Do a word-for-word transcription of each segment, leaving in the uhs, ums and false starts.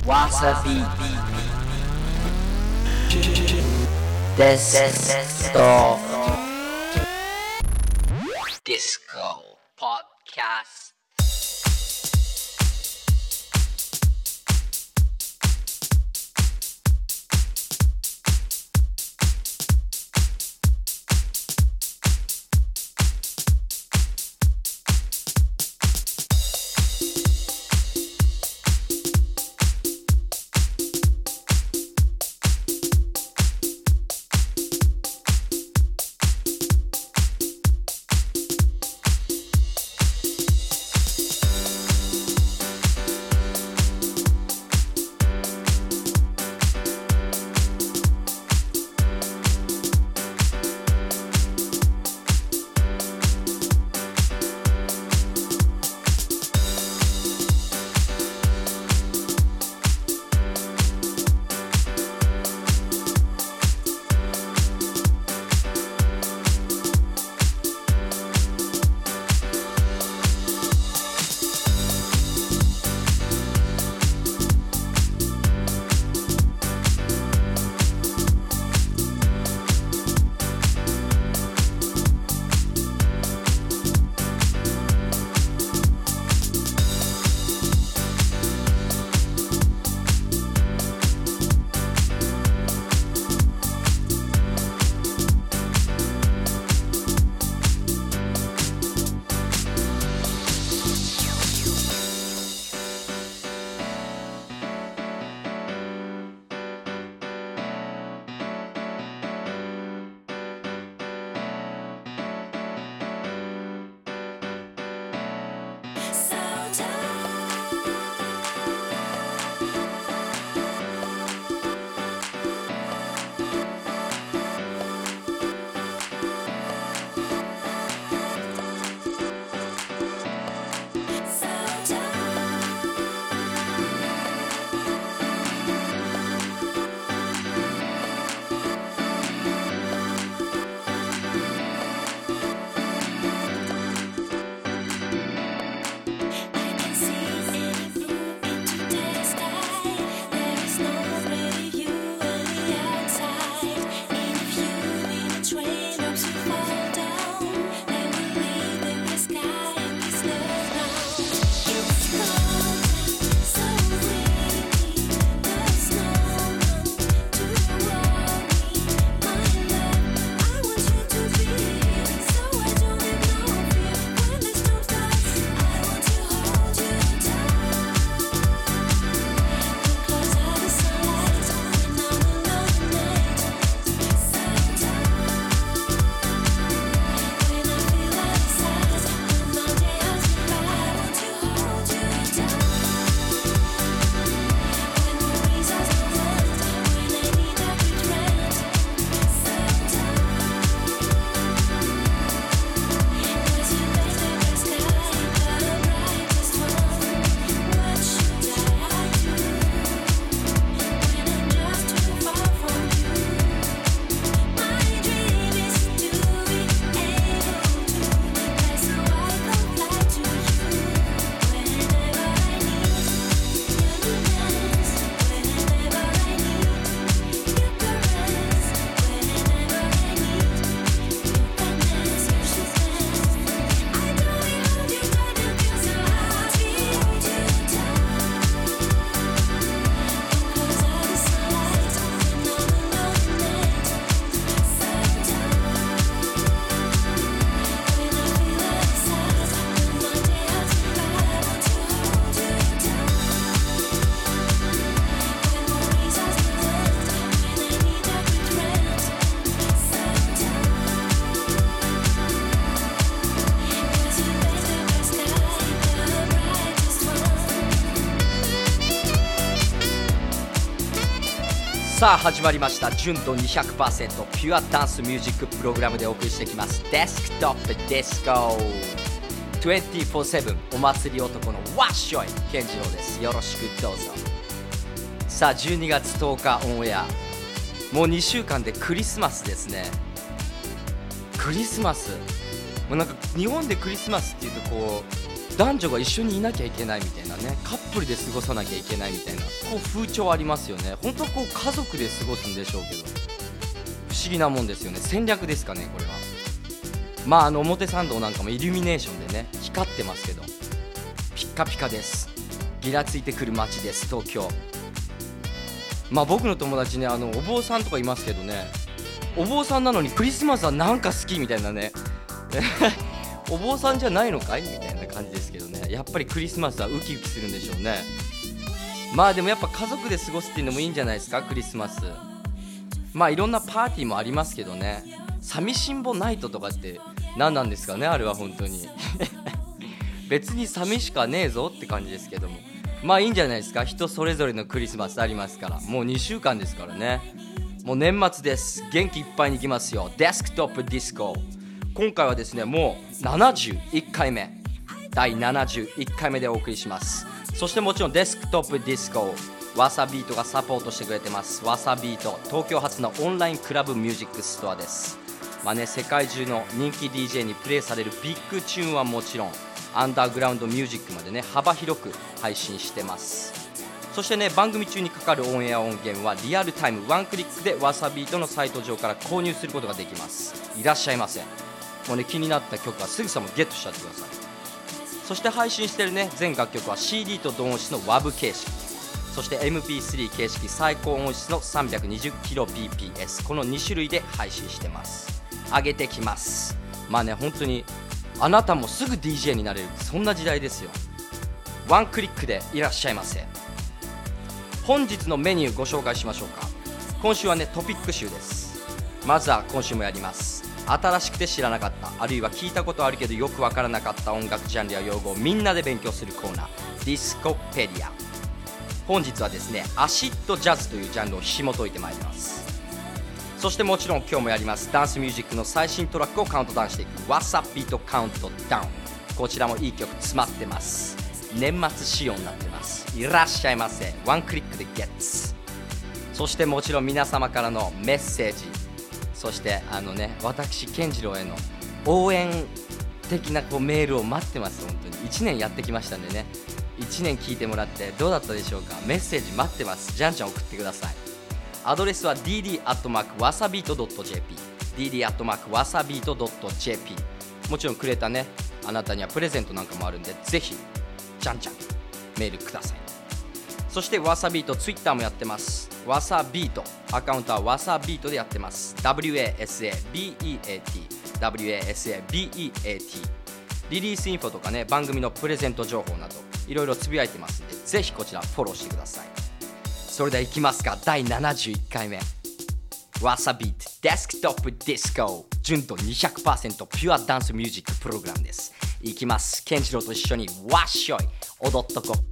わさびデストディスコポッキャスト。さあ始まりました。純度 にひゃくパーセント ピュアダンスミュージックプログラムでお送りしてきますデスクトップディスコにじゅうよんななお祭り男のワッショイ健次郎です。よろしくどうぞ。さあじゅうにがつとおかオンエア、もうにしゅうかんでクリスマスですね。クリスマスもうなんか日本でクリスマスっていうとこう男女が一緒にいなきゃいけないみたいなね、カップルで過ごさなきゃいけないみたいなこう風潮ありますよね。本当はこう家族で過ごすんでしょうけど、不思議なもんですよね。戦略ですかねこれは。まああの表参道なんかもイルミネーションでね光ってますけど、ピッカピカです。ギラついてくる街です東京。まあ僕の友達ね、あのお坊さんとかいますけどね、お坊さんなのにクリスマスはなんか好きみたいなねお坊さんじゃないのかいみたいな感じですけどね、やっぱりクリスマスはウキウキするんでしょうね。まあでもやっぱ家族で過ごすっていうのもいいんじゃないですかクリスマス。まあいろんなパーティーもありますけどね、寂しんぼナイトとかって何なんですかねあれは本当に別に寂しかねえぞって感じですけども、まあいいんじゃないですか。人それぞれのクリスマスありますから、もうにしゅうかんですからね。もう年末です。元気いっぱいにいきますよ。デスクトップディスコ、今回はですねもうななじゅういっかいめ、だいななじゅういっかいめでお送りします。そしてもちろんデスクトップディスコわさビートがサポートしてくれてます。わさビート、東京発のオンラインクラブミュージックストアです。まあね、世界中の人気 ディージェー にプレイされるビッグチューンはもちろん、アンダーグラウンドミュージックまでね幅広く配信してます。そしてね番組中にかかるオンエア音源はリアルタイムワンクリックでわさビートのサイト上から購入することができます。いらっしゃいませ。もうね気になった曲はすぐさまゲットしちゃってください。そして配信してるね全楽曲は シーディー と同音質の ダブ 形式、そして エムピースリー 形式最高音質の さんびゃくにじゅっキロビーピーエス、 このに種類で配信してます。上げてきます。まあね本当にあなたもすぐ ディージェー になれる、そんな時代ですよ。ワンクリックでいらっしゃいませ。本日のメニューご紹介しましょうか。今週はねトピック集です。まずは今週もやります。新しくて知らなかった、あるいは聞いたことあるけどよくわからなかった音楽ジャンルや用語をみんなで勉強するコーナー、ディスコペディア。本日はですねアシッドジャズというジャンルを紐解いてまいります。そしてもちろん今日もやりますダンスミュージックの最新トラックをカウントダウンしていくワッサビートカウントダウン。こちらもいい曲詰まってます。年末仕様になってます。いらっしゃいませ。ワンクリックでゲッツ。そしてもちろん皆様からのメッセージ、そしてあのね私健次郎への応援的なこうメールを待ってます。本当にいちねんやってきましたんでね、いちねん聞いてもらってどうだったでしょうか。メッセージ待ってます。じゃんじゃん送ってください。アドレスは ディーディー アットマーク ワサビート ドット ジェーピー ディーディー アットマーク ワサビート ドット ジェーピー。 もちろんくれたねあなたにはプレゼントなんかもあるんで、ぜひじゃんじゃんメールください。そしてわさビートツイッターもやってます。わさビートアカウントはわさビートでやってます。 ダブリューエーエスエービーイーエーティー ダブリューエーエスエービーイーエーティー。 リリースインフォとかね番組のプレゼント情報などいろいろつぶやいてますんで、ぜひこちらフォローしてください。それではいきますか。だいななじゅういっかいめわさビートデスクトップディスコ、純度 にひゃくパーセント ピュアダンスミュージックプログラムです。いきます。ケンジロウと一緒にわっしょい踊っとこ。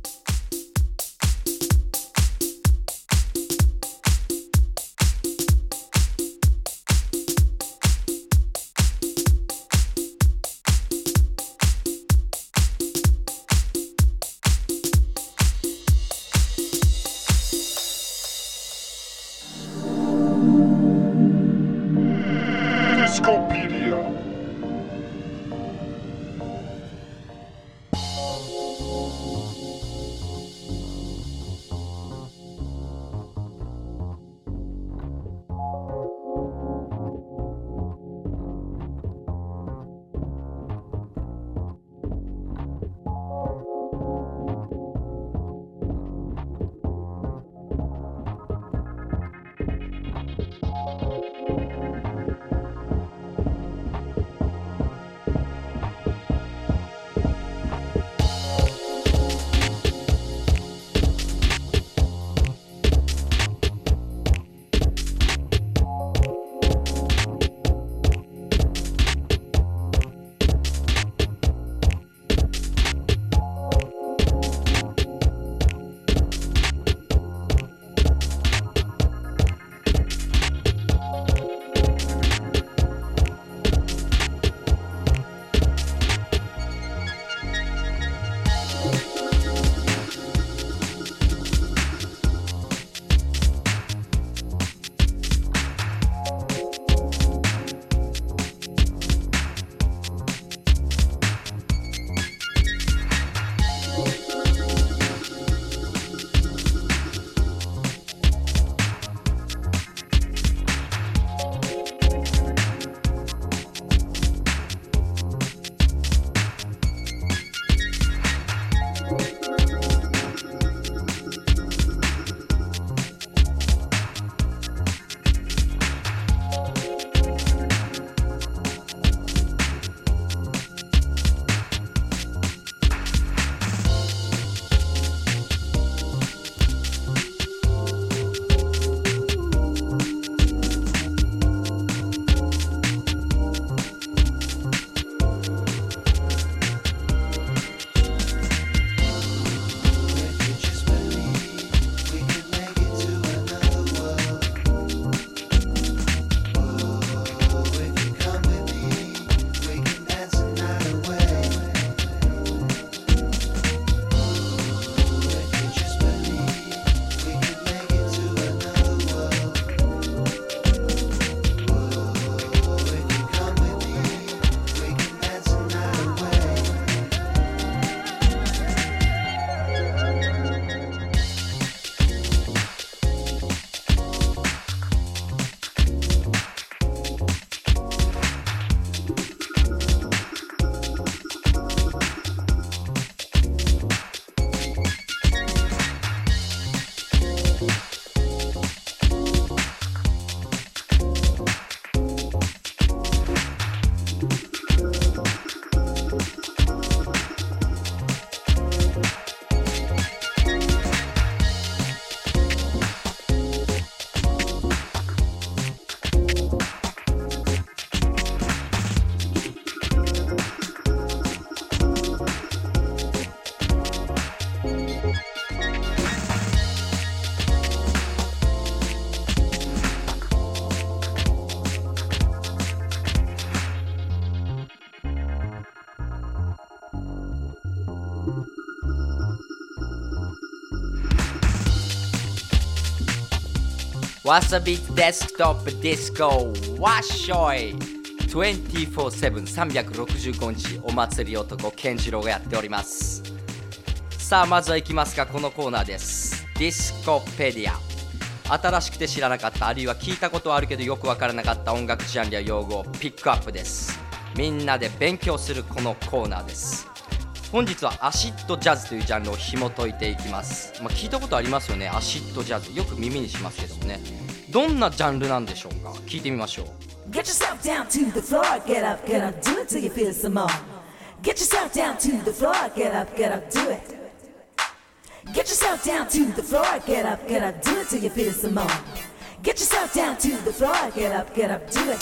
わさびデスクトップディスコわっしょいにじゅうよんななさんびゃくろくじゅうごにちお祭り男健次郎がやっております。さあまずは行きますか。このコーナーです。ディスコペディア。新しくて知らなかった、あるいは聞いたことはあるけどよくわからなかった音楽ジャンルや用語をピックアップです。みんなで勉強するこのコーナーです。本日はアシッドジャズというジャンルを紐解いていきます。まあ、聞いたことありますよね。アシッドジャズよく耳にしますけどもね、どんなジャンルなんでしょうか。聞いてみましょう。 Get yourself down to the floor, get up, get up, do it till you feel some more. Get yourself down to the floor, get up, get up, do it. Get yourself down to the floor, get up, get up, do it till you feel some more. Get yourself down to the floor, get up, get up, do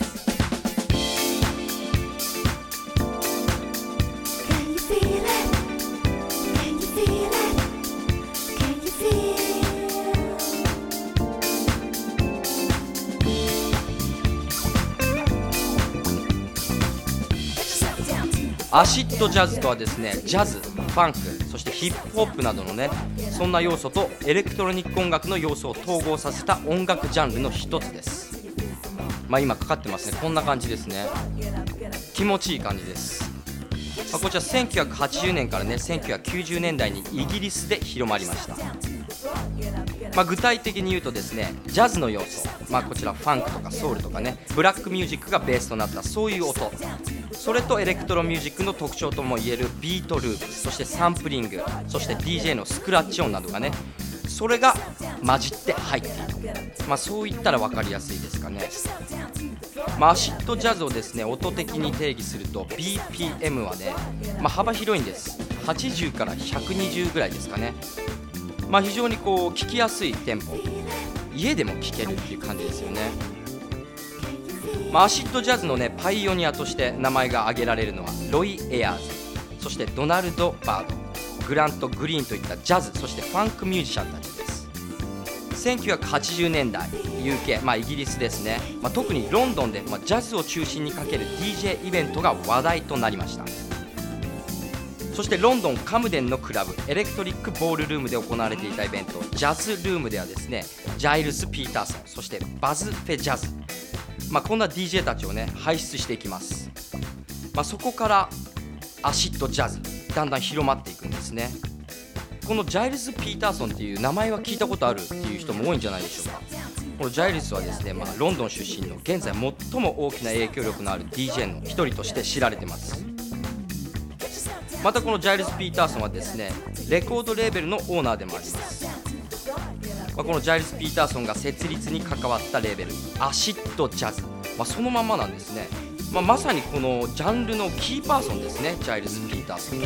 it.Can you feel it? Can you feel it? Can you feel? アシッドジャズとはですね、ジャズ、ファンク、そしてヒップホップなどのね、そんな要素とエレクトロニック音楽の要素を統合させた音楽ジャンルの一つです。まあ今かかってますね。こんな感じですね。気持ちいい感じです。まあ、こちらせんきゅうひゃくはちじゅうねんからねせんきゅうひゃくきゅうじゅうねんだいにイギリスで広まりました。まあ、具体的に言うとですね、ジャズの要素、まあ、こちらファンクとかソウルとかね、ブラックミュージックがベースとなったそういう音、それとエレクトロミュージックの特徴ともいえるビートループ、そしてサンプリング、そして ディージェー のスクラッチ音などがね、それが混じって入っている、まあ、そう言ったら分かりやすいですかね。まあ、アシッドジャズをですね音的に定義すると ビーピーエム はね、まあ、幅広いんです。はちじゅうからひゃくにじゅうぐらいですかね。まあ、非常にこう聞きやすいテンポ、家でも聴けるっていう感じですよね。まあ、アシッドジャズのねパイオニアとして名前が挙げられるのはロイ・エアーズ、そしてドナルド・バード、グラント・グリーンといったジャズ、そしてファンクミュージシャンたちです。せんきゅうひゃくはちじゅうねんだい ユーケー、まあ、イギリスですね、まあ、特にロンドンで、まあ、ジャズを中心にかける ディージェー イベントが話題となりました。そしてロンドンカムデンのクラブエレクトリックボールルームで行われていたイベントジャズルームではですね、ジャイルス・ピーターソン、そしてバズ・フェジャズ、まあ、こんな ディージェー たちをね輩出していきます。まあ、そこからアシッドジャズだんだん広まっていくんですね。このジャイルス・ピーターソンっていう名前は聞いたことあるっていう人も多いんじゃないでしょうか。このジャイルスはですね、まあ、ロンドン出身の現在最も大きな影響力のある ディージェー の一人として知られています。またこのジャイルス・ピーターソンはですねレコードレーベルのオーナーでもあります。まあ、このジャイルス・ピーターソンが設立に関わったレーベルアシッドジャズ、まあ、そのまんまなんですね。まあ、まさにこのジャンルのキーパーソンですね、ジャイルス・ピーターソン。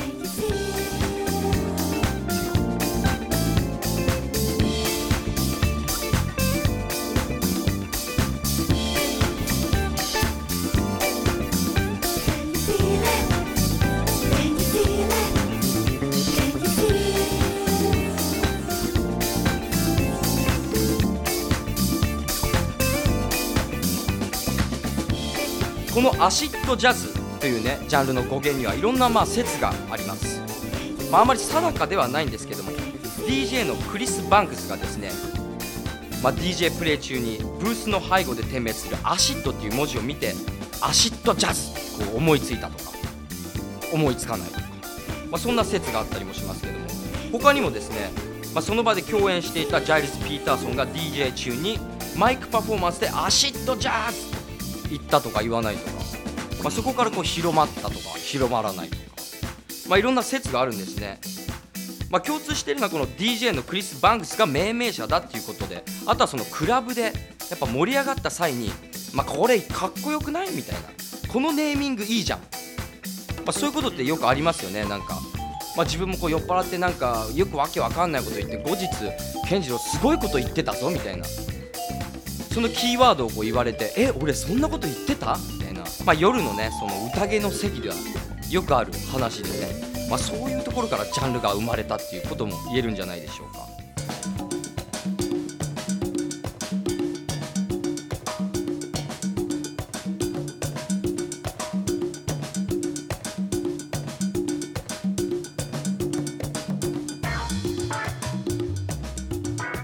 このアシッドジャズというねジャンルの語源にはいろんなまあ説があります。まあ、あまり定かではないんですけども、 ディージェー のクリス・バンクスがですね、まあ、ディージェー プレイ中にブースの背後で点滅するアシッドっていう文字を見てアシッドジャズこう思いついたとか思いつかないとか、まあ、そんな説があったりもしますけども、他にもですね、まあ、その場で共演していたジャイルス・ピーターソンが ディージェー 中にマイクパフォーマンスでアシッドジャズ言ったとか言わないとか、まあ、そこからこう広まったとか広まらないとか、まあ、いろんな説があるんですね。まあ、共通しているのはこの ディージェー のクリス・バンクスが命名者だっていうことで、あとはそのクラブでやっぱ盛り上がった際に、まあ、これかっこよくないみたいな、このネーミングいいじゃん、まあ、そういうことってよくありますよね。なんか、まあ、自分もこう酔っ払ってなんかよくわけわかんないこと言って後日健次郎すごいこと言ってたぞみたいな、そのキーワードをこう言われて、え俺そんなこと言ってたみたいな、まあ、夜のねその宴の席ではよくある話でね、まあ、そういうところからジャンルが生まれたっていうことも言えるんじゃないでしょうか。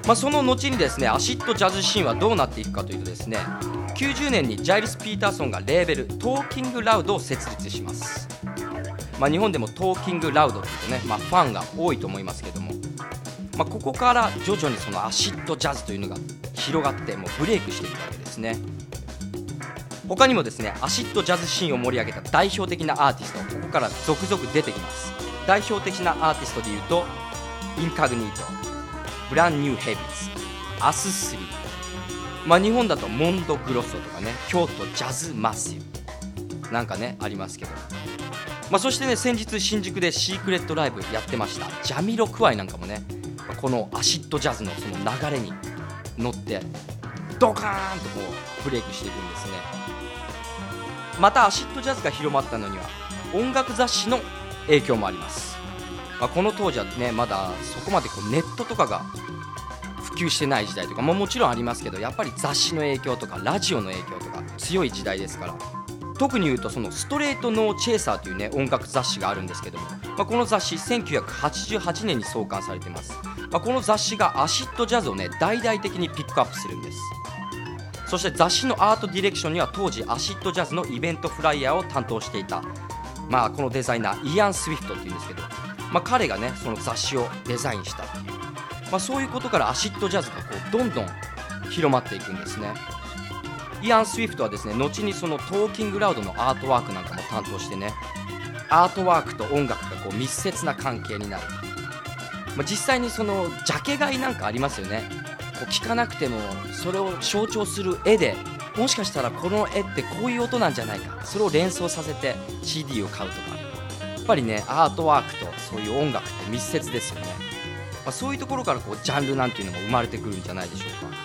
まあ、その後にですねアシッドジャズシーンはどうなっていくかというとですね、きゅうじゅうねんにジャイルス・ピーターソンがレーベルトーキングラウドを設立します。まあ、日本でもトーキングラウドというとね、まあ、ファンが多いと思いますけども、まあ、ここから徐々にそのアシッドジャズというのが広がってもうブレイクしていくわけですね。他にもですねアシッドジャズシーンを盛り上げた代表的なアーティストがここから続々出てきます。代表的なアーティストでいうとインカグニート、ブランニューヘビーズ、アススリー、まあ、日本だとモンドグロッソとかね、京都ジャズマッシブなんかねありますけど、まあ、そしてね先日新宿でシークレットライブやってましたジャミロクワイなんかもねこのアシッドジャズのその流れに乗ってドカーンとこうブレイクしていくんですね。またアシッドジャズが広まったのには音楽雑誌の影響もあります。まあ、この当時はねまだそこまでこうネットとかが普及してない時代とかももちろんありますけど、やっぱり雑誌の影響とかラジオの影響とか強い時代ですから、特に言うとそのストレートノーチェイサーというね音楽雑誌があるんですけども、まあ、この雑誌せんきゅうひゃくはちじゅうはちねんに創刊されています。まあ、この雑誌がアシッドジャズをね大々的にピックアップするんです。そして雑誌のアートディレクションには当時アシッドジャズのイベントフライヤーを担当していた、まあ、このデザイナーイアン・スウィフトっていうんですけど、まあ、彼がねその雑誌をデザインしたっていう、まあ、そういうことからアシッドジャズがこうどんどん広まっていくんですね。イアン・スウィフトはですね後にそのトーキングラウドのアートワークなんかも担当してね、アートワークと音楽がこう密接な関係になる、まあ、実際にそのジャケ買いなんかありますよね。こう聞かなくてもそれを象徴する絵で、もしかしたらこの絵ってこういう音なんじゃないか、それを連想させて シーディー を買うとか、やっぱりねアートワークとそういう音楽って密接ですよね。まあ、そういうところからこうジャンルなんていうのも生まれてくるんじゃないでしょうか。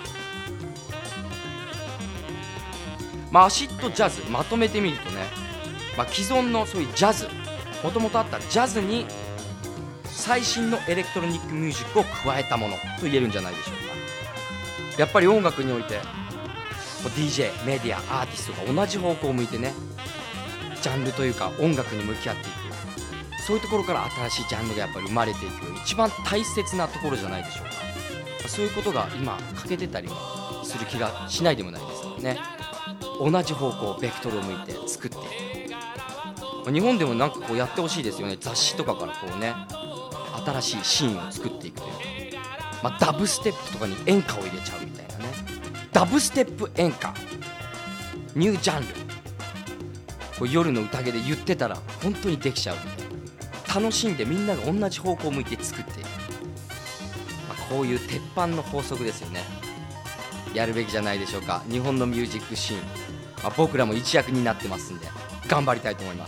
まあ、アシッドジャズまとめてみるとね、まあ、既存のそういうジャズ、もともとあったジャズに最新のエレクトロニックミュージックを加えたものと言えるんじゃないでしょうか。やっぱり音楽において ディージェー、メディア、アーティストが同じ方向を向いてねジャンルというか音楽に向き合っていく、そういうところから新しいジャンルがやっぱり生まれていく一番大切なところじゃないでしょうか。そういうことが今欠けてたりもする気がしないでもないですよね。同じ方向ベクトルを向いて作っていく、日本でもなんかこうやってほしいですよね。雑誌とかからこうね新しいシーンを作っていくというか、まあ、ダブステップとかに演歌を入れちゃうみたいなね、ダブステップ演歌ニュージャンル、こう夜の宴で言ってたら本当にできちゃうみたいな、楽しんでみんなが同じ方向を向いて作っていく、まあ、こういう鉄板の法則ですよね。やるべきじゃないでしょうか。日本のミュージックシーン、まあ、僕らも一役になってますんで頑張りたいと思います。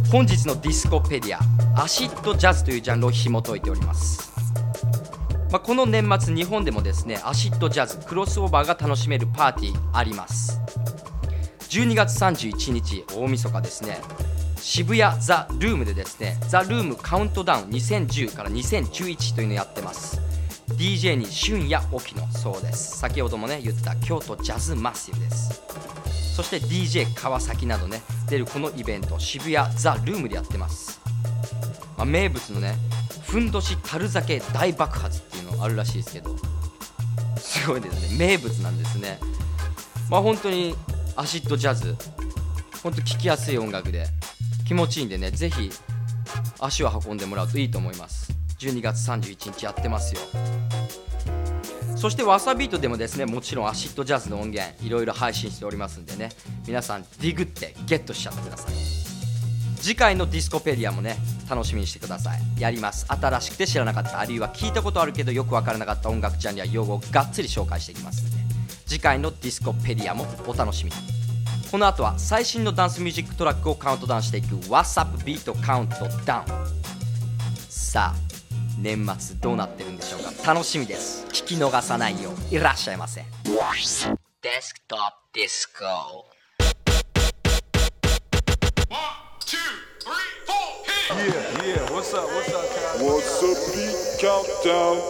本日のディスコペディア、アシッドジャズというジャンルを紐解いております。まあ、この年末日本でもですね、アシッドジャズクロスオーバーが楽しめるパーティーあります。じゅうにがつさんじゅういちにち大晦日ですね、渋谷ザ・ルームでですね、ザ・ルームカウントダウンにせんじゅうからにせんじゅういちというのをやってます。 ディージェー に俊也沖野、そうです、先ほどもね言った京都ジャズマッシブです。そして ディージェー 川崎などね出るこのイベント、渋谷ザ・ルームでやってます。まあ、名物のねふんどし樽酒大爆発っていうのあるらしいですけど、すごいですね、名物なんですね。まあ本当にアシッドジャズ、本当聴きやすい音楽で気持ちいいんでね、ぜひ足を運んでもらうといいと思います。じゅうにがつさんじゅういちにちやってますよ。そしてわさビートでもですね、もちろんアシッドジャズの音源いろいろ配信しておりますんでね、皆さんディグってゲットしちゃってください。次回のディスコペディアもね楽しみにしてください。やります。新しくて知らなかった、あるいは聞いたことあるけどよくわからなかった音楽ジャンルや用語をがっつり紹介していきますので、次回のディスコペディアもお楽しみに。この後は最新のダンスミュージックトラックをカウントダウンしていく What's Up ビートカウントダウン。さあ年末どうなってるんでしょうか、楽しみです。聞き逃さないよういらっしゃいませ。デスクトップディスコ。 Yeah, yeah, what's up, what's up, What's up, beat countdown?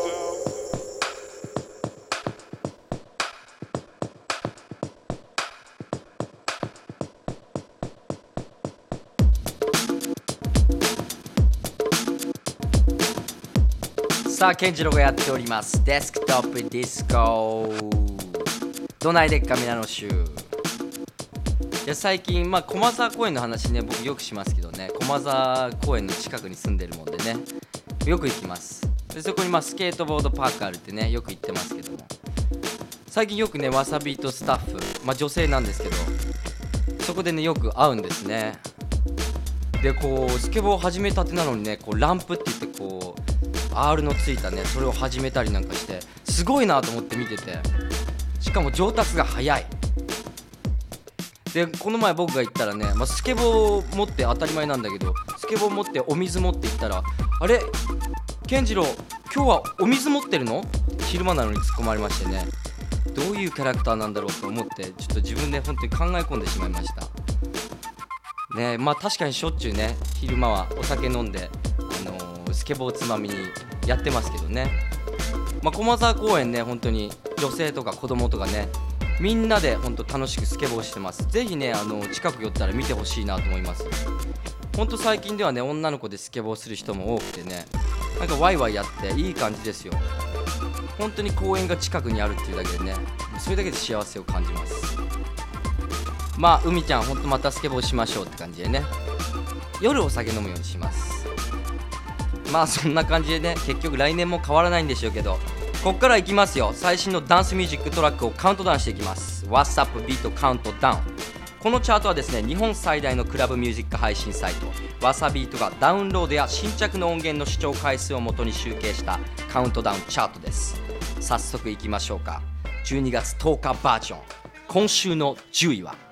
Beat さあ健次郎がやっておりますデスクトップディスコ。どないでっか皆の衆。いや最近、まあ、駒沢公園の話ね僕よくしますけどね、駒沢公園の近くに住んでるもんでねよく行きます。でそこにまあスケートボードパークあるってねよく行ってますけども、最近よくねわさビートスタッフ、まあ、女性なんですけどそこでねよく会うんですね。でこうスケボー始めたてなのにねこうランプって言ってこう アール のついたねそれを始めたりなんかしてすごいなと思って見てて、しかも上達が早い。でこの前僕が行ったらね、まあ、スケボー持って当たり前なんだけどスケボー持ってお水持って行ったら、あれ健次郎今日はお水持ってるの？昼間なのに突っ込まれましてね、どういうキャラクターなんだろうと思ってちょっと自分で本当に考え込んでしまいましたね。まあ確かにしょっちゅうね昼間はお酒飲んで、あのー、スケボーつまみにやってますけどね、まあ、駒沢公園ね本当に女性とか子供とかねみんなで本当楽しくスケボーしてます。ぜひねあの近く寄ったら見てほしいなと思います。本当最近ではね女の子でスケボーする人も多くてね、なんかワイワイやっていい感じですよ。本当に公園が近くにあるっていうだけでねそれだけで幸せを感じます。まあ海ちゃん本当またスケボーしましょうって感じでね、夜お酒飲むようにします。まあそんな感じでね結局来年も変わらないんでしょうけど、こっからいきますよ。最新のダンスミュージックトラックをカウントダウンしていきます。 What's Up ビートカウントダウン。このチャートはですね日本最大のクラブミュージック配信サイトわさビートがダウンロードや新着の音源の視聴回数をもとに集計したカウントダウンチャートです。早速いきましょうか。じゅうにがつとおかバージョン、今週のじゅういは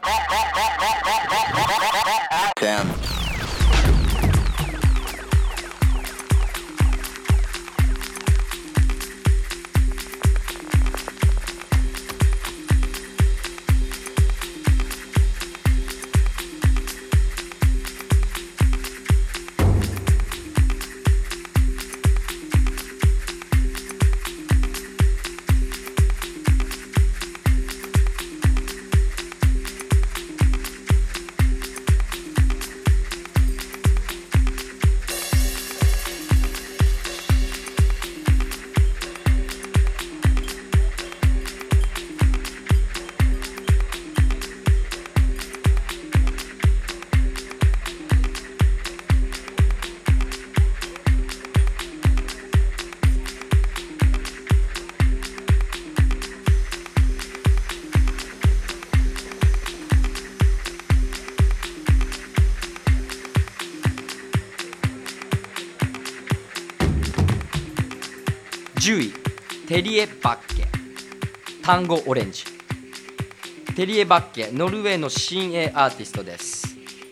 じゅういテリエ・バッケ単語オレンジ。テリエ・バッケノルウェーの新鋭アーティストです。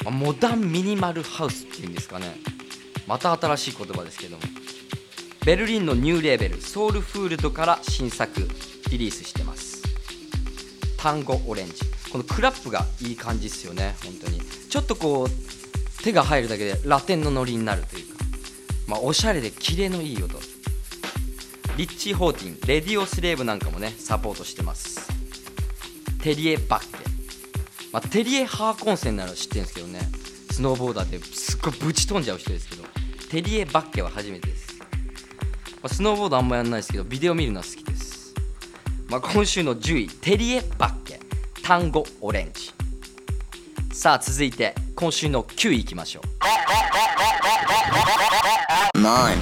まあ、モダンミニマルハウスっていうんですかね。また新しい言葉ですけども、ベルリンのニューレーベルソウルフールドから新作リリースしてます。タンゴオレンジ、このクラップがいい感じですよね。本当にちょっとこう手が入るだけでラテンのノリになるというか、まあ、おしゃれでキレのいい音。リッチー・ホーティン、レディオスレーブなんかもねサポートしてます。テリエ・バッケ、まあ、テリエ・ハーコンセンなら知ってるんですけどね、スノーボーダーですっごいぶち飛んじゃう人ですけど、テリエ・バッケは初めてです。まあ、スノーボードあんまやんないですけどビデオ見るのは好きです。まあ、今週のじゅうい、テリエ・バッケ、タンゴオレンジ。さあ続いて今週のきゅういいきましょう。 nine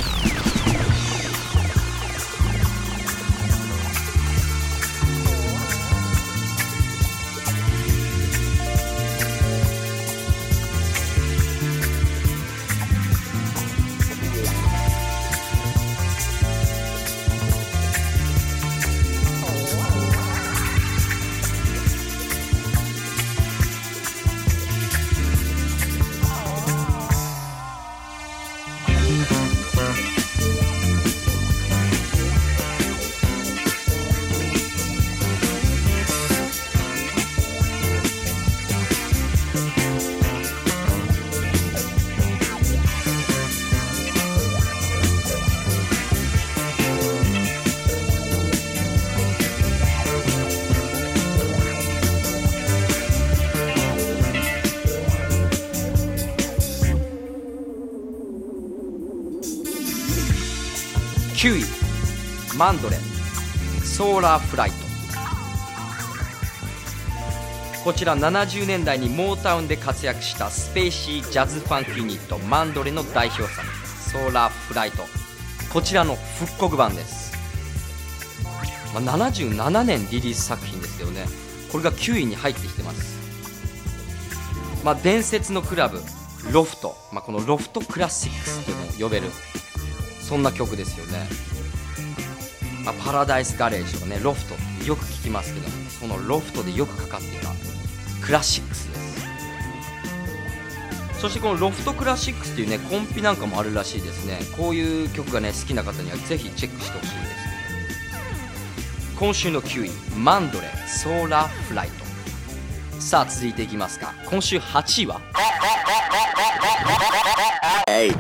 きゅうい、マンドレソーラーフライト。こちらななじゅうねんだいにモータウンで活躍したスペーシージャズファンクユニットマンドレの代表作ソーラーフライト、こちらの復刻版です。まあ、ななじゅうななねんリリース作品ですけどね、これがきゅういに入ってきてます。まあ、伝説のクラブロフト、まあ、このロフトクラシックスというのを呼べるそんな曲ですよね。まあ、パラダイスガレージとかね、ロフトってよく聞きますけど、そのロフトでよくかかっていたクラシックスです。そしてこのロフトクラシックスっていうねコンピなんかもあるらしいですね。こういう曲がね好きな方にはぜひチェックしてほしいんですけど、今週のきゅうい、マンドレソーラーフライト。さあ続いていきますか。今週はちいは eight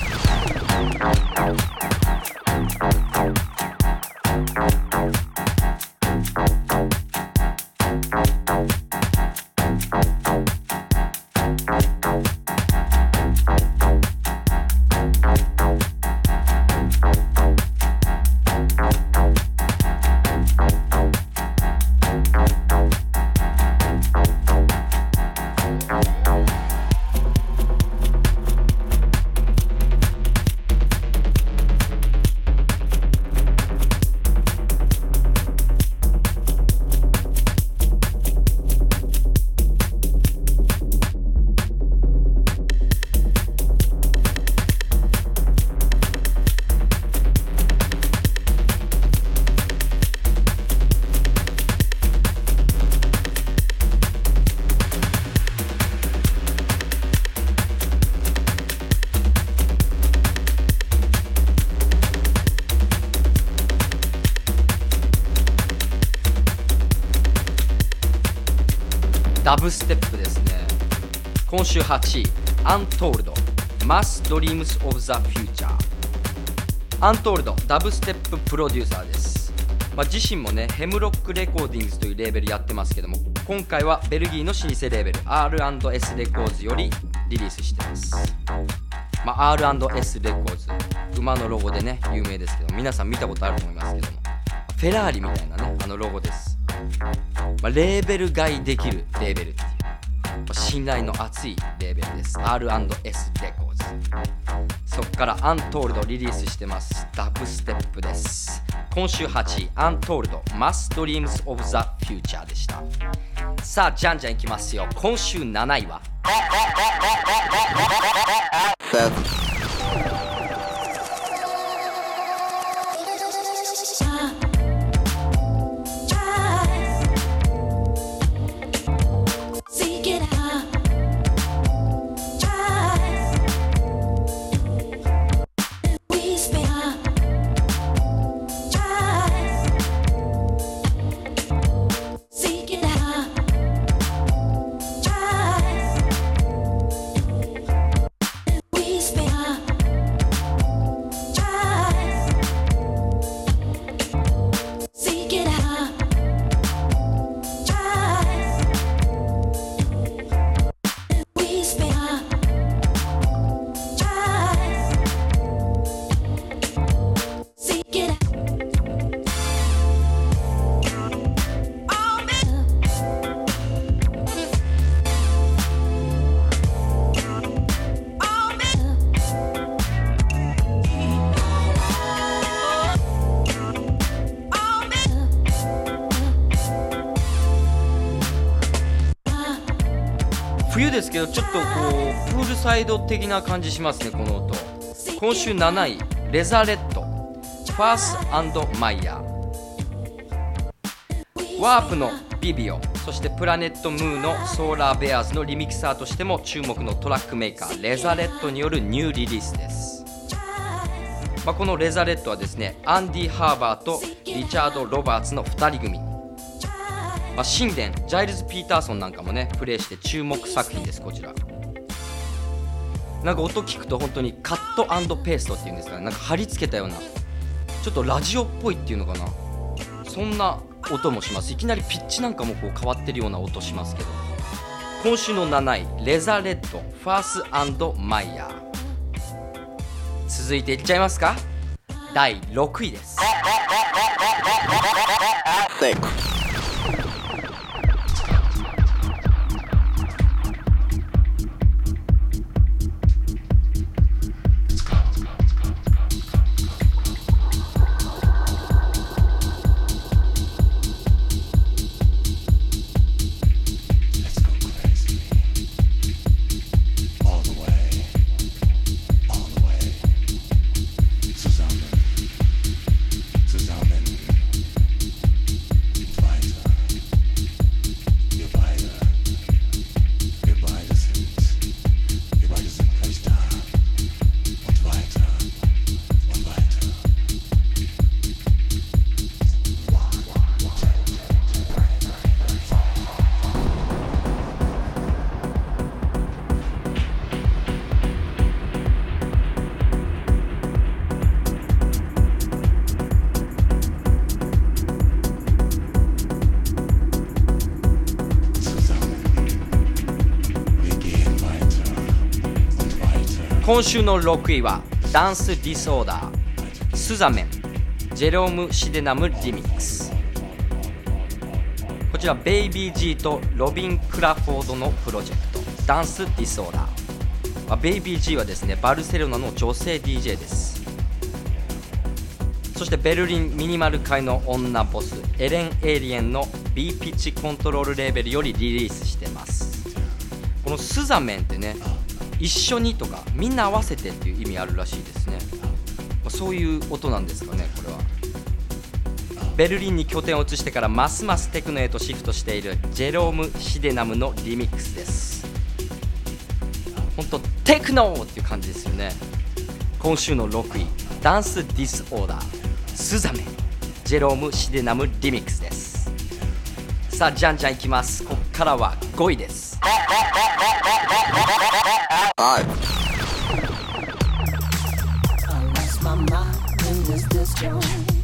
ダブステップですね。今週はちい、アントールド Mass Dreams of the Future。 アントールドダブステッププロデューサーです。まあ、自身もねヘムロックレコーディングスというレーベルやってますけども、今回はベルギーの老舗レーベル アールアンドエス レコーズよりリリースしてます。まあ、アールアンドエス レコーズ、馬のロゴでね有名ですけど、皆さん見たことあると思いますけども、フェラーリみたいなねあのロゴです。まあ、レーベル買いできるレーベルっていう、まあ、信頼の厚いレーベルです。 アールアンドエス レコーズ。そっからアントールドリリースしてます。ダブステップです。今週はちい、アントールド Mass Dreams of the Future でした。さあじゃんじゃんいきますよ。今週なないは seven Seek it out. 冬ですけどちょっとこうプールサイド的な感じしますね、この音。今週なない、レザレットファース&マイヤー。ワープのビビオ、そしてプラネットムーのソーラーベアーズのリミキサーとしても注目のトラックメーカーレザレットによるニューリリースです。まあ、このレザレットはですね、アンディ・ハーバーとリチャード・ロバーツのふたり組、まあ、神殿ジャイルズ・ピーターソンなんかもねプレイして注目作品です。こちらなんか音聞くと本当にカット&ペーストっていうんですかね、なんか貼り付けたようなちょっとラジオっぽいっていうのかな、そんな音もします。いきなりピッチなんかもこう変わってるような音しますけど、今週のなない、レザレットファース&マイヤー。続いていっちゃいますか。だいろくいです。今週のろくいはダンスディスオーダー、スザメン、ジェローム・シデナム・リミックス。こちらベイビー G とロビン・クラフォードのプロジェクト、ダンスディスオーダー、まあ、ベイビー G はですねバルセロナの女性 ディージェー です。そしてベルリンミニマル界の女ボスエレン・エイリエンの B ピッチコントロールレーベルよりリリースしてます。このスザメンってね、一緒にとかみんな合わせてっていう意味あるらしいですね。そういう音なんですかね、これは。ベルリンに拠点を移してからますますテクノへとシフトしているジェローム・シデナムのリミックスです。本当テクノっていう感じですよね。今週のろくい、ダンスディスオーダー、スザメン、ジェローム・シデナムリミックスです。さあじゃんじゃんいきます。ここからはごいです。 Five. I lost my mind in this disco.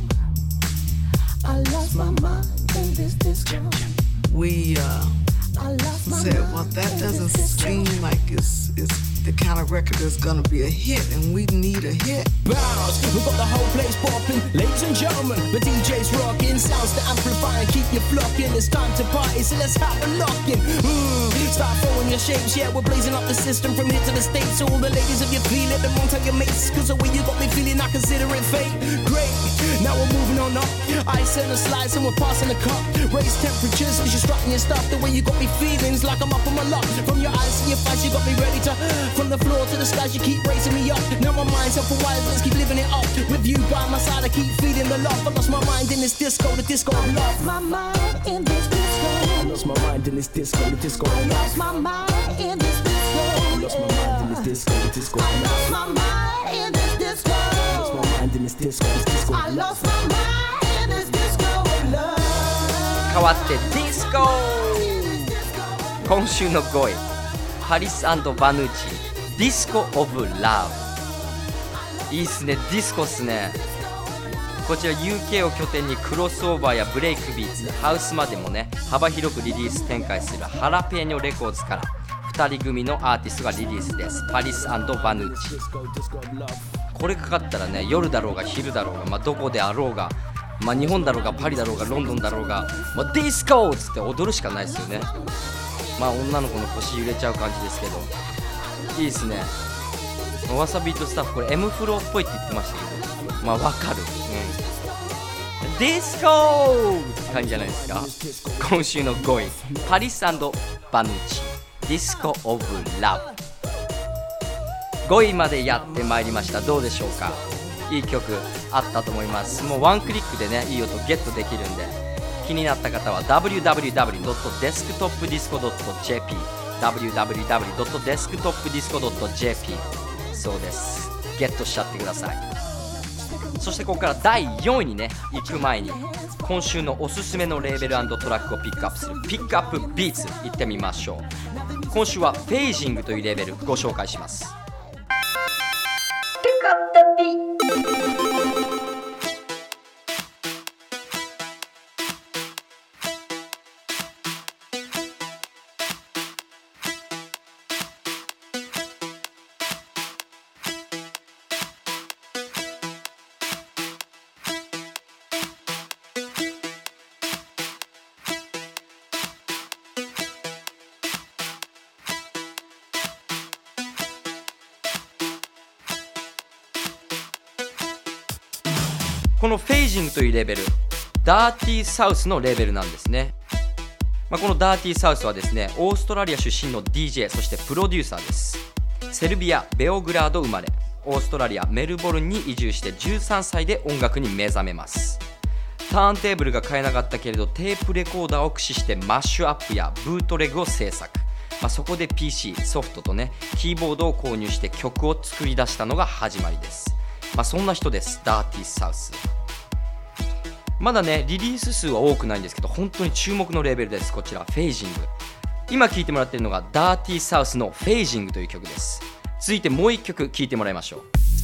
I lost my mind in this disco. We uh, said, well, that doesn't seem like it's, it's the kind of record that's gonna be a hit, and we need a hit. Bounce, we got the whole place popping, ladies and gentlemen. The D J's rocking, sounds to amplify and keep you flocking. It's time to party, so let's have a lock-in. Mm, start throwing your shapes, yeah, we're blazing up the system from here to the States. So all the ladies, if you feel it, then won't tell your mates, cause the way you got me feeling, I consider it fate. Great, now we're moving on up. Ice and the slides and we're passing the cup. Raise temperatures, cause you're strutting your stuff. The way you got me feelings like I'm up on my luck. From your eyes to your face, you got me ready to. From the floor to the skies, you keep raising me up. Now my mind's up for wild, let's keep living it up. With you by my side, I keep feeling the love. I lost my mind in this disco, the disco of love. My mind in this disco. I lost my mind in this disco, the disco of I love. lost my mind in this disco. I lost my mind in this disco, the disco of I love. lost my mind in this disco. I lost my mind in this disco, this disco I of love. lost my mind in this disco of love. 変わってディスコ。今週のごい、ハリス&バヌーチ、ディスコ・オブ・ラブ。いいっすね、ディスコっすね。こちら ユーケー を拠点にクロスオーバーやブレイクビーツ、ハウスまでもね幅広くリリース展開するハラペーニョレコーズからふたり組のアーティストがリリースです。ハリス&バヌーチ。これかかったらね、夜だろうが昼だろうが、まあ、どこであろうが、まあ、日本だろうがパリだろうがロンドンだろうが、まあ、ディスコーっつって踊るしかないですよね。まあ女の子の腰揺れちゃう感じですけど、いいですね。わさビートスタッフこれ M フローっぽいって言ってましたけど、まあわかる、うん、ディスコーって感じじゃないですか。今週のごい、ハリス&バヌーチ、 Disco of Love。 ごいまでやってまいりました。どうでしょうか。いい曲あったと思います。もうワンクリックでねいい音ゲットできるんで、気になった方は ダブリューダブリューダブリュードットデスクトップディスコドットジェーピー ダブリューダブリューダブリュードットデスクトップディスコドットジェーピー そうです、ゲットしちゃってください。そしてここからだいよんいにね行く前に、今週のおすすめのレーベル&トラックをピックアップするピックアップビーツ行ってみましょう。今週はフェイジングというレーベルご紹介します。このフェイジングというレベル、ダーティーサウスのレベルなんですね。まあ、このダーティーサウスはですね、オーストラリア出身の ディージェー、そしてプロデューサーです。セルビア・ベオグラード生まれ、オーストラリア・メルボルンに移住してじゅうさんさいで音楽に目覚めます。ターンテーブルが買えなかったけれどテープレコーダーを駆使してマッシュアップやブートレグを制作、まあ、そこで ピーシー、ソフトとねキーボードを購入して曲を作り出したのが始まりです。まあ、そんな人です、ダーティーサウス。まだねリリース数は多くないんですけど、本当に注目のレベルです。こちらフェイジング、今聴いてもらっているのがダーティーサウスのフェイジングという曲です。続いてもう一曲聴いてもらいましょう。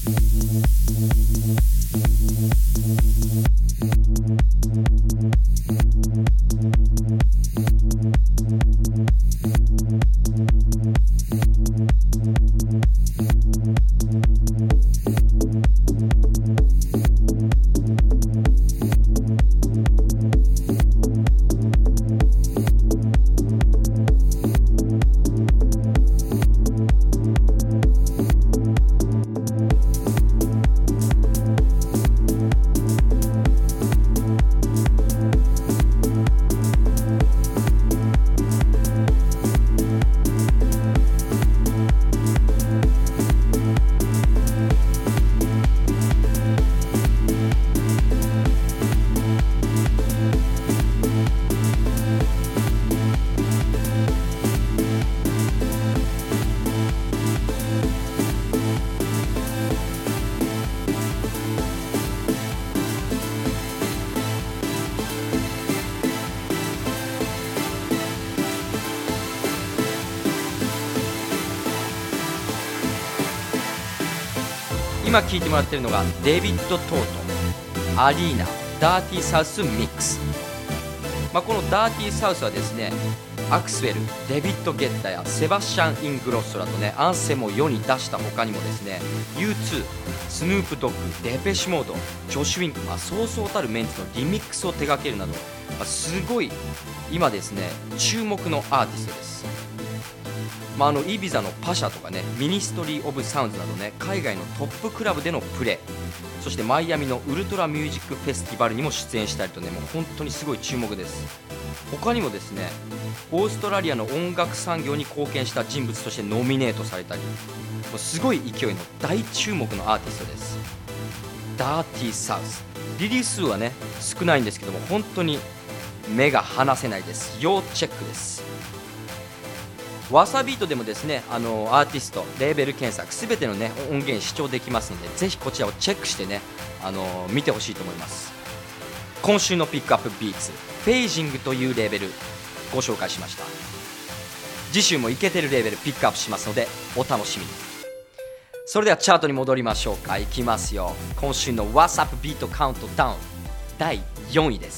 今聴いてもらっているのがデビッド・トート、アリーナ、ダーティーサウスミックス。まあ、このダーティーサウスはですね、アクスウェル、デビッド・ゲッタやセバスチャン・イングロッソらとねアンセムを世に出した他にもですね ユーツー、スヌープドッグ、デペシモード、ジョシュ・ウィンク、まあ、そうそうたるメンツのリミックスを手掛けるなど、まあ、すごい今ですね注目のアーティストです。まあ、あのイビザのパシャとかねミニストリー・オブ・サウンズなどね海外のトップクラブでのプレー、そしてマイアミのウルトラミュージックフェスティバルにも出演したりとねもう本当にすごい注目です。他にもですねオーストラリアの音楽産業に貢献した人物としてノミネートされたり、もうすごい勢いの大注目のアーティストです。ダーティーサウス、リリース数はね少ないんですけども本当に目が離せないです。要チェックです。ワサビートでもですねあのアーティスト、レーベル検索すべてのね音源視聴できますので、ぜひこちらをチェックしてねあの見てほしいと思います。今週のピックアップビーツ、フェイジングというレーベルご紹介しました。次週もイケてるレーベルピックアップしますのでお楽しみに。それではチャートに戻りましょうか。いきますよ。今週の What's Up ビートカウントダウンだいよんいです。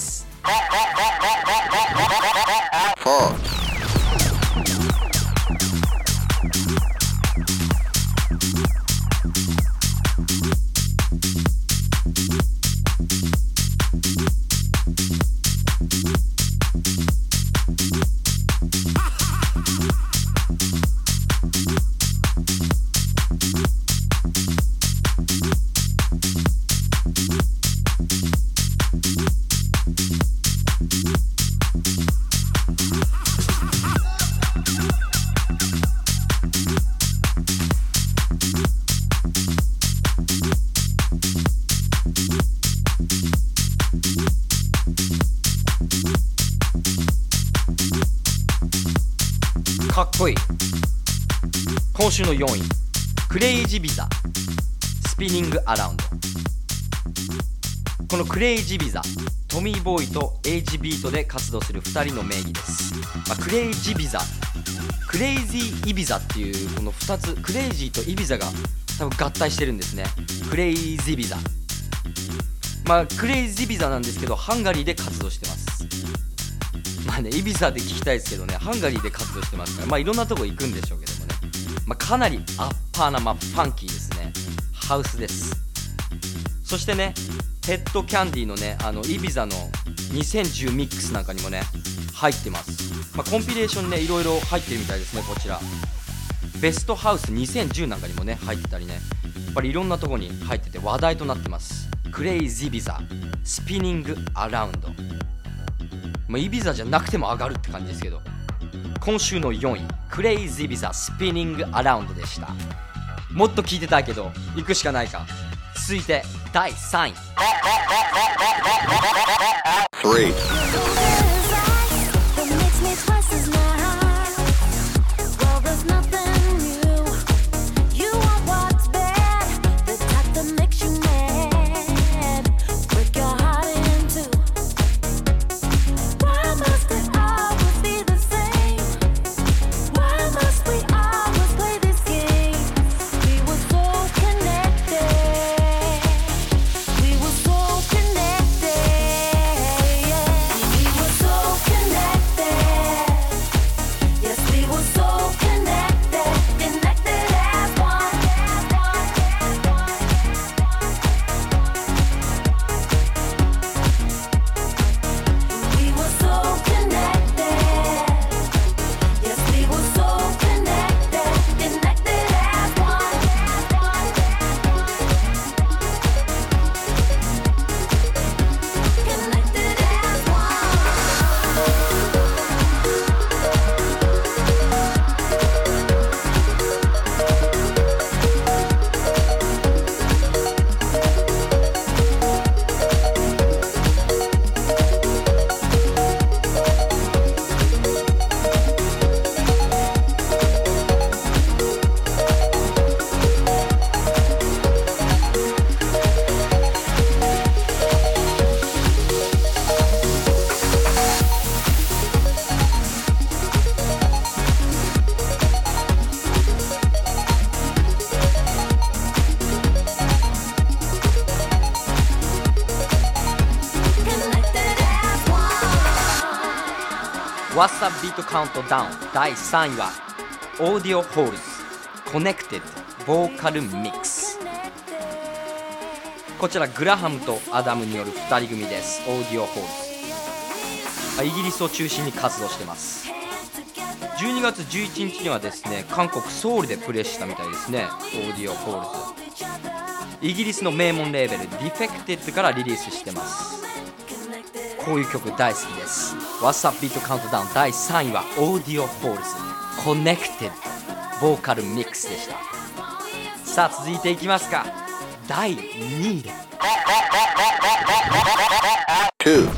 フォーかっこいい。今週のよんい、クレイジビザスピニングアラウンド。このクレイジビザ、トミーボーイとエイジビートで活動するふたりの名義です。まあ、クレイジビザ、クレイジーイビザっていうこのふたつ、クレイジーとイビザが多分合体してるんですね。クレイジビザ、まあクレイジビザなんですけどハンガリーで活動してます。まあね、イビザで聞きたいですけどね、ハンガリーで活動してますから、まあいろんなとこ行くんでしょうけどもね、まあ、かなりアッパーな、まあ、ファンキーですね。ハウスです。そしてね、ヘッドキャンディーのね、あのイビザのにせんじゅうミックスなんかにもね入ってます。まあ、コンピレーションね、いろいろ入ってるみたいですね。こちらベストハウスにせんじゅうなんかにもね入ってたりね、やっぱりいろんなとこに入ってて話題となってます。クレイジビザスピニングアラウンド、まあ、イビザじゃなくても上がるって感じですけど、今週のよんい、クレイジビザスピニングアラウンドでした。もっと聞いてたいけど行くしかないか。続いてだいさんい。 Three. What's Up Beat Countdown だいさんいはオーディオホールズ Connected ボーカルミックス。こちらグラハムとアダムによるふたり組です。オーディオホールズ、イギリスを中心に活動してます。じゅうにがつじゅういちにちにはですね、韓国ソウルでプレイしたみたいですね。オーディオホールズ、イギリスの名門レーベル Defected からリリースしてます。こういう曲大好きです。 What's Up Beat Countdown だいさんいはオーディオホールズ Connected ボーカルミックスでした。さあ続いていきますか。だいにいで Two.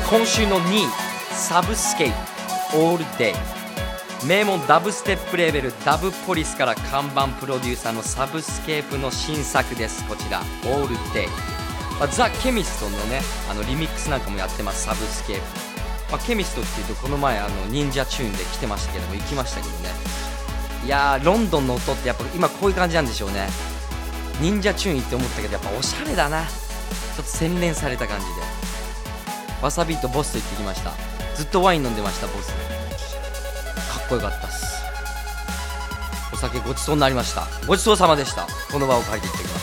今週のにい、サブスケープオールデイ。名門ダブステップレーベルダブポリスから看板プロデューサーのサブスケープの新作です。こちらオールデイ、まあ、ザ・ケミストのねあのリミックスなんかもやってます。サブスケープ、まあ、ケミストっていうとこの前あの忍者チューンで来てましたけども、行きましたけどね。いやーロンドンの音ってやっぱ今こういう感じなんでしょうね。忍者チューンって思ったけどやっぱおしゃれだな。ちょっと洗練された感じでわさビーとボスと行ってきました。ずっとワイン飲んでました。ボスかっこよかったっす。お酒ごちそうになりました。ごちそうさまでした。この場を借りていってきます。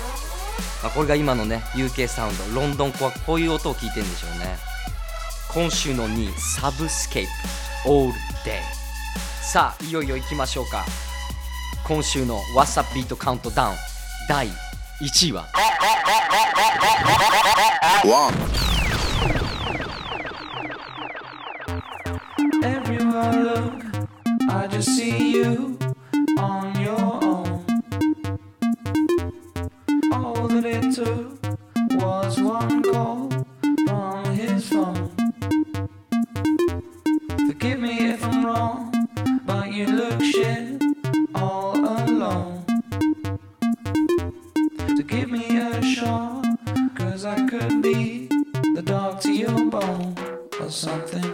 まあ、これが今のね ユーケー サウンド、ロンドンコア、こういう音を聞いてるんでしょうね。今週のにい、サブスケープオールデイ。さあいよいよ行きましょうか。今週の What's Up Beat カウントダウンだいいちいは Everywhere I look, I just see you on your own. All that it took was one call from his phone. Forgive me if I'm wrong, but you look shit all alone. So give me a shot, cause I could be the dog to your bone or something.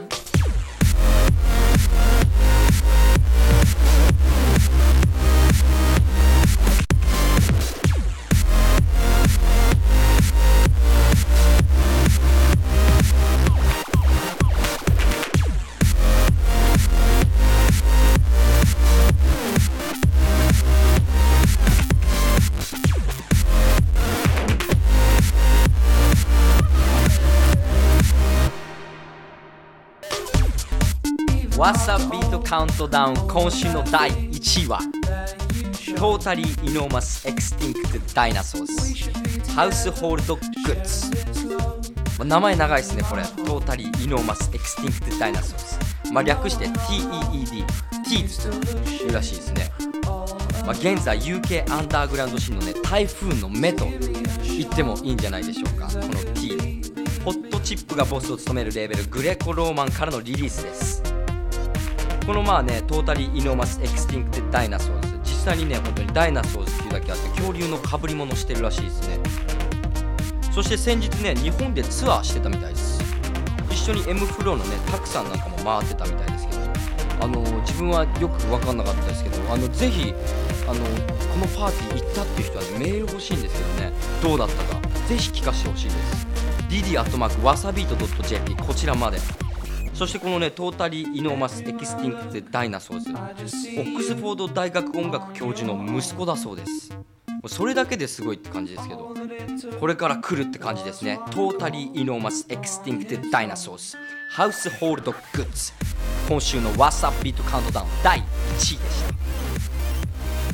ワサビートカウントダウン今週のだいいちいはトータリーイノーマスエクスティンクトダイナソーズハウスホールドグッズ。名前長いですねこれ。トータリーイノーマスエクスティンクトダイナソーズ、まあ、略して ティーイーイーディー ティーズ というらしいですね。まあ、現在 ユーケー アンダーグラウンドシーンのね台風の目と言ってもいいんじゃないでしょうか。この T ホットチップがボスを務めるレーベルグレコローマンからのリリースです。このまあねトータリーイノーマスエクスティンクテッドダイナソーズ、実際にね本当にダイナソーズっていうだけあって恐竜の被り物してるらしいですね。そして先日ね日本でツアーしてたみたいです。一緒に M フローのねタクさんなんかも回ってたみたいですけど、あのー、自分はよく分かんなかったですけど、あのぜひあのー、このパーティー行ったっていう人は、ね、メール欲しいんですけどね、どうだったかぜひ聞かせてほしいです。ディディアットマークワサビート .jp こちらまで。そしてこのねトータリーイノーマスエキスティンクテダイナソーズ、オックスフォード大学音楽教授の息子だそうです。それだけですごいって感じですけど、これから来るって感じですね。トータリーイノーマスエキスティンクテダイナソーズハウスホールドグッズ、今週の What's Up Beat カウントダウンだいいちいでした。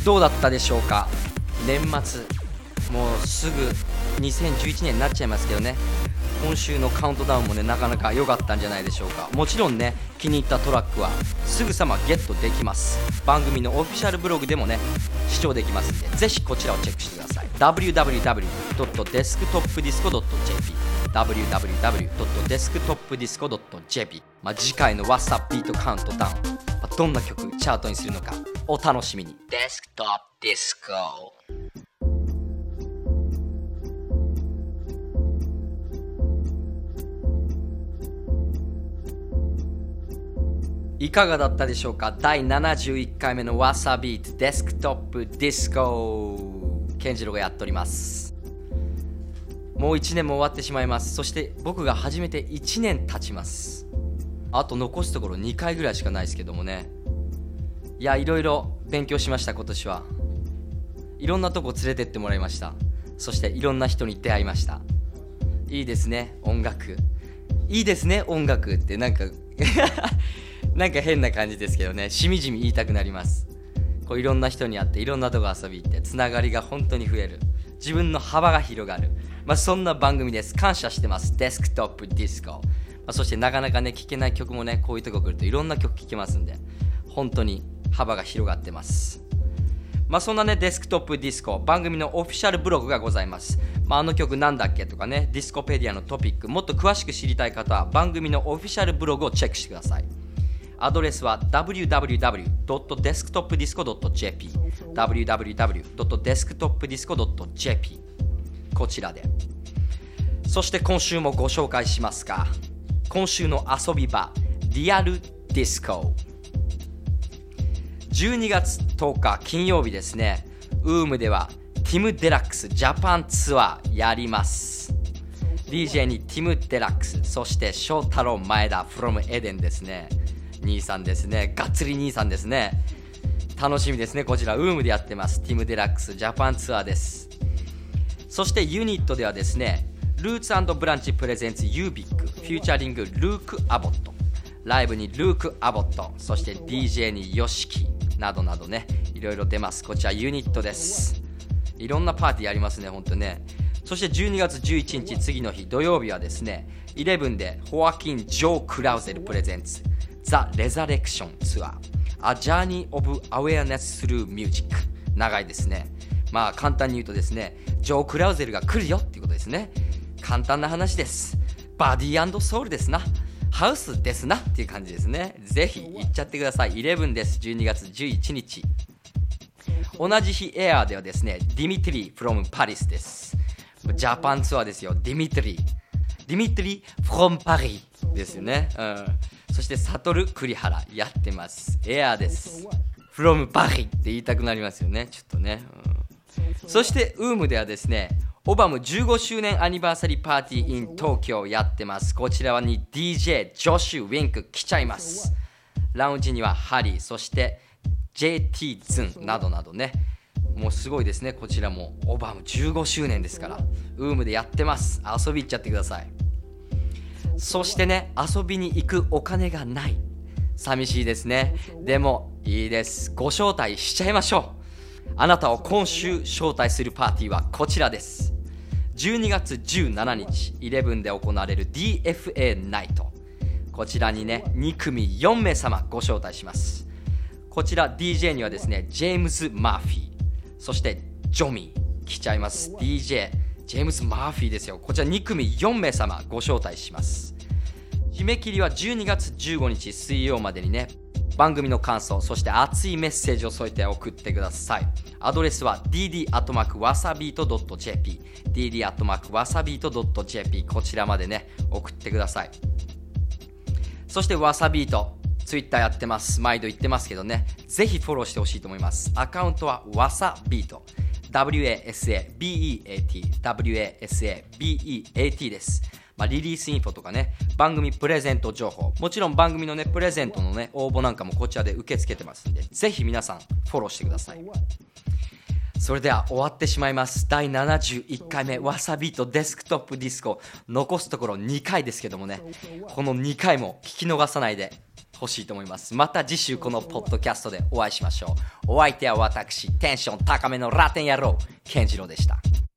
どうだったでしょうか。年末もうすぐにせんじゅういちねんになっちゃいますけどね、今週のカウントダウンもねなかなか良かったんじゃないでしょうか。もちろんね気に入ったトラックはすぐさまゲットできます。番組のオフィシャルブログでもね視聴できますんで、ぜひこちらをチェックしてください。 ダブリューダブリューダブリュードットデスクトップディスコドットジェーピー ダブリューダブリューダブリュードットデスクトップディスコドットジェーピー、まあ、次回の What's Up Beat カウントダウン、まあ、どんな曲チャートにするのかお楽しみに。デスクトップディスコ。いかがだったでしょうか。だいななじゅういっかいめのワサビートデスクトップディスコ、ケンジロがやっております。もういちねんも終わってしまいます。そして僕が始めていちねん経ちます。あと残すところにかいぐらいしかないですけどもね。いやいろいろ勉強しました。今年はいろんなとこ連れてってもらいました。そしていろんな人に出会いました。いいですね音楽、いいですね音楽ってなんかなんか変な感じですけどね、しみじみ言いたくなります。こういろんな人に会っていろんなとこ遊び行ってつながりが本当に増える、自分の幅が広がる、まあ、そんな番組です。感謝してます。デスクトップディスコ、まあ、そしてなかなかね聴けない曲もねこういうとこ来るといろんな曲聴けますんで本当に幅が広がってます。 まあそんなねデスクトップディスコ番組のオフィシャルブログがございます。まあ、あの曲なんだっけとかね、ディスコペディアのトピックもっと詳しく知りたい方は番組のオフィシャルブログをチェックしてください。アドレスは ダブリューダブリューダブリュードットデスクトップディスコドットジェーピー ダブリューダブリューダブリュードットデスクトップディスコドットジェーピー こちらで。そして今週もご紹介しますが、今週の遊び場リアルディスコじゅうにがつとおか金曜日ですね。ウームではティム・デラックスジャパンツアーやります。 ディージェー にティム・デラックス、そして翔太郎前田 from エデンですね。兄さんですね、がっつり兄さんですね。楽しみですね。こちらウームでやってます。ティム・デラックスジャパンツアーです。そしてユニットではですね、ルーツ&ブランチプレゼンツユービックフューチャリングルーク・アボット、ライブにルーク・アボット、そして ディージェー にヨシキなどなどね、いろいろ出ます。こちらユニットです。いろんなパーティーやりますね、ほんとね。そしてじゅうにがつじゅういちにち次の日土曜日はですね、イレブンでホアキン・ジョー・クラウゼルプレゼンツザ・レザレクションツアー A Journey of Awareness Through Music、 長いですね。まあ簡単に言うとですね、ジョー・クラウゼルが来るよっていうことですね。簡単な話です。バディ&ソウルですな、ハウスですなっていう感じですね。ぜひ行っちゃってください。イレブンです。じゅうにがつじゅういちにち。同じ日エアーではですね、ディミトリー from パリスです。ジャパンツアーですよ。ディミトリーディミトリー from パリですよね、うん、そしてサトル栗原やってます。エアーです。 from パリって言いたくなりますよね、ちょっとね、うん、そしてウームではですね、オバムじゅうごしゅうねんアニバーサリーパーティー in 東京やってます。こちらはに ディージェー ジョシュ・ウィンク来ちゃいます。ラウンジにはハリー、そして ジェーティー ズンなどなどね、もうすごいですね。こちらもオバムじゅうごしゅうねんですからウームでやってます。遊び行っちゃってください。そしてね、遊びに行くお金がない、寂しいですね。でもいいです、ご招待しちゃいましょう。あなたを今週招待するパーティーはこちらです。じゅうにがつじゅうしちにちイレブンで行われる ディーエフエー ナイト、こちらにねにくみよんめいさまご招待します。こちら ディージェー にはですね、ジェームズ・マーフィー、そしてジョミー来ちゃいます。 ディージェー ジェームズ・マーフィーですよ。こちらにくみよんめいさまご招待します。締め切りはじゅうにがつじゅうごにち水曜までにね、番組の感想、そして熱いメッセージを添えて送ってください。アドレスは ディーディー アットマーク ワサビート ドット ジェーピー ディーディー アットマーク ワサビート ドット ジェーピー こちらまでね送ってください。そしてわさビートツイッターやってます。毎度言ってますけどね、ぜひフォローしてほしいと思います。アカウントはわさビート ダブリューエーエスエービーイーエーティー ダブリューエーエスエービーイーエーティー です。まあ、リリースインフォとかね、番組プレゼント情報、もちろん番組のねプレゼントのね応募なんかもこちらで受け付けてますんで、ぜひ皆さんフォローしてください。それでは終わってしまいます。だいななじゅういっかいめわさビートデスクトップディスコ、残すところにかいですけどもね、このにかいも聞き逃さないでほしいと思います。また次週このポッドキャストでお会いしましょう。お相手は私、テンション高めのラテン野郎健次郎でした。